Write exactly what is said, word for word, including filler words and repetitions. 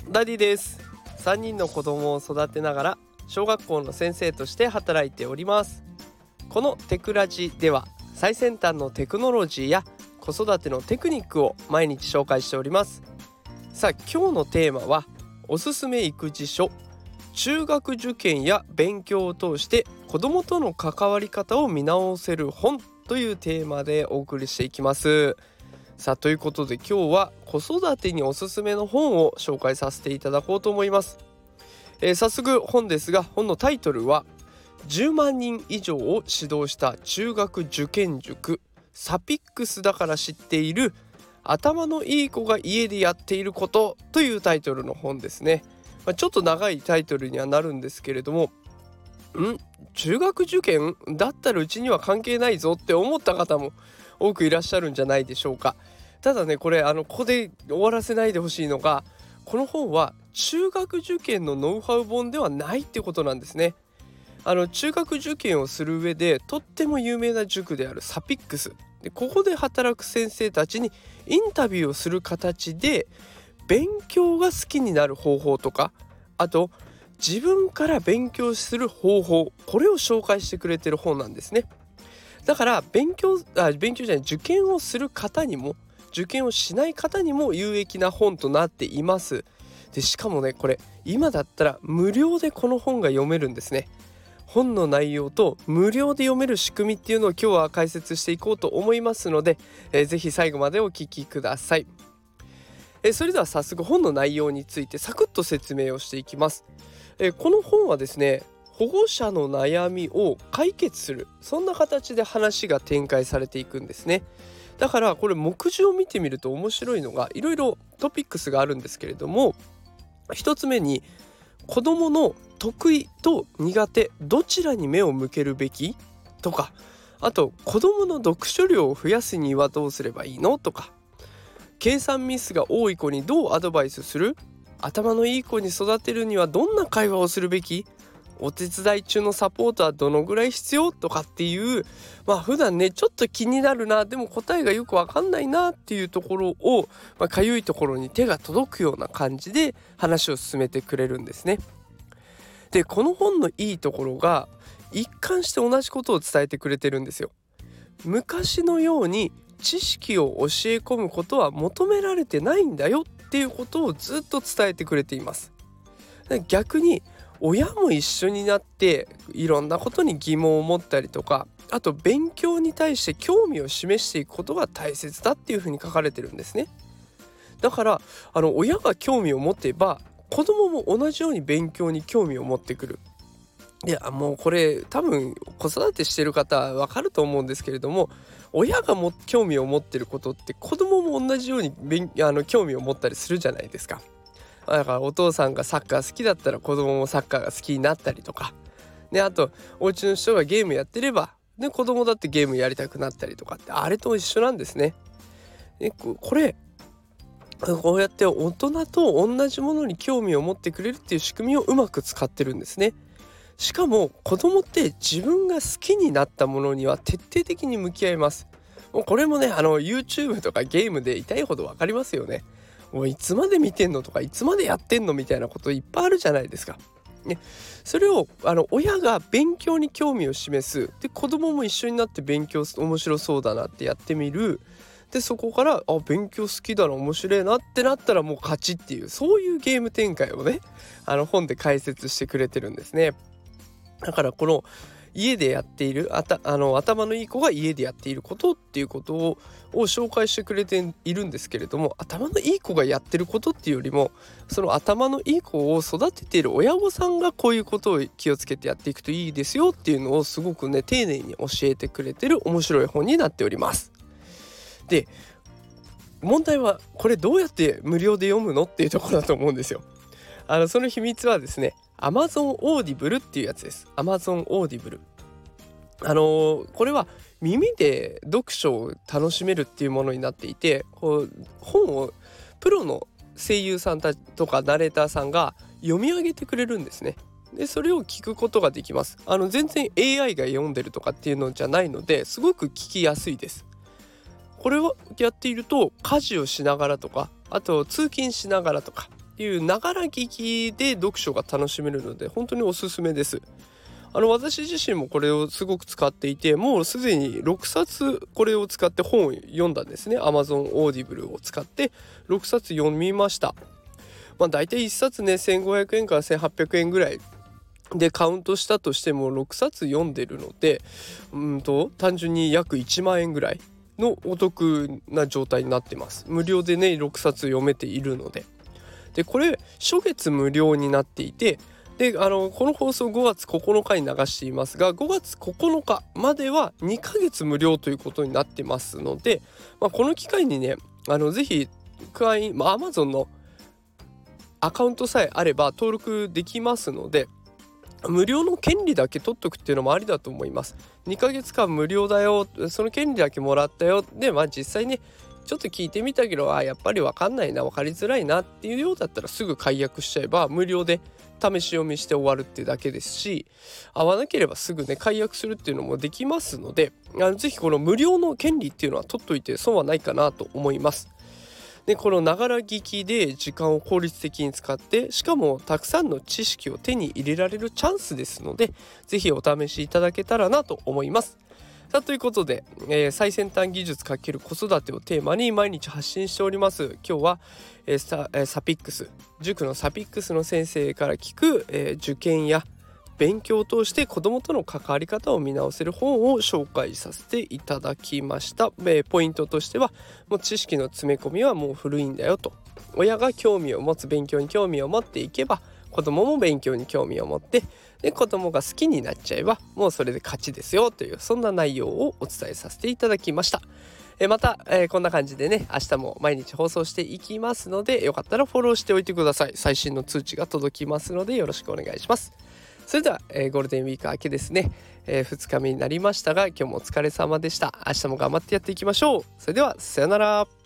ダディです。さんにんの子供を育てながら小学校の先生として働いております。このテクラジでは最先端のテクノロジーや子育てのテクニックを毎日紹介しております。さあ今日のテーマはおすすめ育児書、中学受験や勉強を通して子供との関わり方を見直せる本というテーマでお送りしていきます。さあということで今日は子育てにおすすめの本を紹介させていただこうと思います。えー、早速本ですが、本のタイトルはじゅうまんにん以上を指導した中学受験塾サピックスだから知っている頭のいい子が家でやっていることというタイトルの本ですね。まあ、ちょっと長いタイトルにはなるんですけれども、ん中学受験だったらうちには関係ないぞって思った方も多くいらっしゃるんじゃないでしょうか。ただねこれあのここで終わらせないでほしいのが、この本は中学受験のノウハウ本ではないってことなんですね。あの中学受験をする上でとっても有名な塾であるサピックスで、ここで働く先生たちにインタビューをする形で勉強が好きになる方法とか、あと自分から勉強する方法、これを紹介してくれてる本なんですね。だから勉強あ勉強じゃない受験をする方にも受験をしない方にも有益な本となっています。でしかもねこれ今だったら無料でこの本が読めるんですね。本の内容と無料で読める仕組みっていうのを今日は解説していこうと思いますので、えー、ぜひ最後までお聞きください。えー、それでは早速本の内容についてサクッと説明をしていきます。えー、この本はですね、保護者の悩みを解決する、そんな形で話が展開されていくんですね。だからこれ目次を見てみると面白いのがいろいろトピックスがあるんですけれども、一つ目に子どもの得意と苦手どちらに目を向けるべきとか、あと子どもの読書量を増やすにはどうすればいいのとか、計算ミスが多い子にどうアドバイスする、頭のいい子に育てるにはどんな会話をするべき、お手伝い中のサポートはどのぐらい必要とかっていう、まあ普段ねちょっと気になるな、でも答えがよくわかんないなっていうところを、まあ、かゆいところに手が届くような感じで話を進めてくれるんですね。でこの本のいいところが一貫して同じことを伝えてくれてるんですよ。昔のように知識を教え込むことは求められてないんだよっていうことをずっと伝えてくれています。で逆に親も一緒になっていろんなことに疑問を持ったりとか、あと勉強に対して興味を示していくことが大切だっていうふうに書かれてるんですね。だからあの親が興味を持てば子供も同じように勉強に興味を持ってくる。いやもうこれ多分子育てしてる方は分かると思うんですけれども、親がも興味を持ってることって子供も同じように勉あの興味を持ったりするじゃないですか。だからお父さんがサッカー好きだったら子供もサッカーが好きになったりとか、ね、あとお家の人がゲームやってれば、ね、子供だってゲームやりたくなったりとかって、あれと一緒なんですね。でこれこうやって大人と同じものに興味を持ってくれるっていう仕組みをうまく使ってるんですね。しかも子供って自分が好きになったものには徹底的に向き合います。もうこれもねあの YouTube とかゲームで痛いほど分かりますよね。もういつまで見てんのとかいつまでやってんのみたいなこといっぱいあるじゃないですか、ね、それをあの親が勉強に興味を示す、で子供も一緒になって勉強面白そうだなってやってみる、でそこからあ勉強好きだな面白いなってなったらもう勝ちっていう、そういうゲーム展開をねあの本で解説してくれてるんですね。だからこの家でやっているあたあの頭のいい子が家でやっていることっていうことをを紹介してくれているんですけれども、頭のいい子がやってることっていうよりも、その頭のいい子を育てている親御さんがこういうことを気をつけてやっていくといいですよっていうのをすごくね丁寧に教えてくれてる面白い本になっております。で問題はこれどうやって無料で読むのっていうところだと思うんですよ。あのその秘密はですね Amazon Audible っていうやつです。 Amazon Audible、あのー、これは耳で読書を楽しめるっていうものになっていて、こう本をプロの声優さんたとかナレーターさんが読み上げてくれるんですね。でそれを聞くことができます。あの全然 エーアイ が読んでるとかっていうのじゃないので、すごく聞きやすいです。これをやっていると家事をしながらとか、あと通勤しながらとか、 っていうながら聞きで読書が楽しめるので本当におすすめです。あの私自身もこれをすごく使っていて、もうすでにろくさつこれを使って本を読んだんですね。 Amazon Audible を使ってろくさつ読みました。まあだいたいいっさつねせんごひゃくえんからせんはっぴゃくえんぐらいでカウントしたとしてもろくさつ読んでるので、うんと単純に約いちまんえんぐらいのお得な状態になってます。無料でねろくさつ読めているので。でこれ初月無料になっていて、であのこの放送ごがつここのかに流していますが、ごがつここのかまではにかげつ無料ということになってますので、まあ、この機会にねあのぜひ会員、まあ、Amazon のアカウントさえあれば登録できますので、無料の権利だけ取っとくっていうのもありだと思います。にかげつかん無料だよ、その権利だけもらったよ。でまあ実際ねちょっと聞いてみたけど、あやっぱり分かんないな、分かりづらいなっていうようだったらすぐ解約しちゃえば無料で試し読みして終わるっていうだけですし、合わなければすぐね解約するっていうのもできますので、あのぜひこの無料の権利っていうのは取っといて損はないかなと思います。でこのながら聞きで時間を効率的に使って、しかもたくさんの知識を手に入れられるチャンスですので、ぜひお試しいただけたらなと思います。さあということで、えー、最先端技術×子育てをテーマに毎日発信しております。今日は、えーサえー、サピックス塾のサピックスの先生から聞く、えー、受験や勉強を通して子どもとの関わり方を見直せる本を紹介させていただきました。えー、ポイントとしては、もう知識の詰め込みはもう古いんだよと。親が興味を持つ、勉強に興味を持っていけば子どもも勉強に興味を持って、で子どもが好きになっちゃえばもうそれで勝ちですよという、そんな内容をお伝えさせていただきました。えまた、えー、こんな感じでね明日も毎日放送していきますので、よかったらフォローしておいてください。最新の通知が届きますのでよろしくお願いします。それでは、えー、ゴールデンウィーク明けですね、えー、ふつかめになりましたが、今日もお疲れ様でした。明日も頑張ってやっていきましょう。それではさよなら。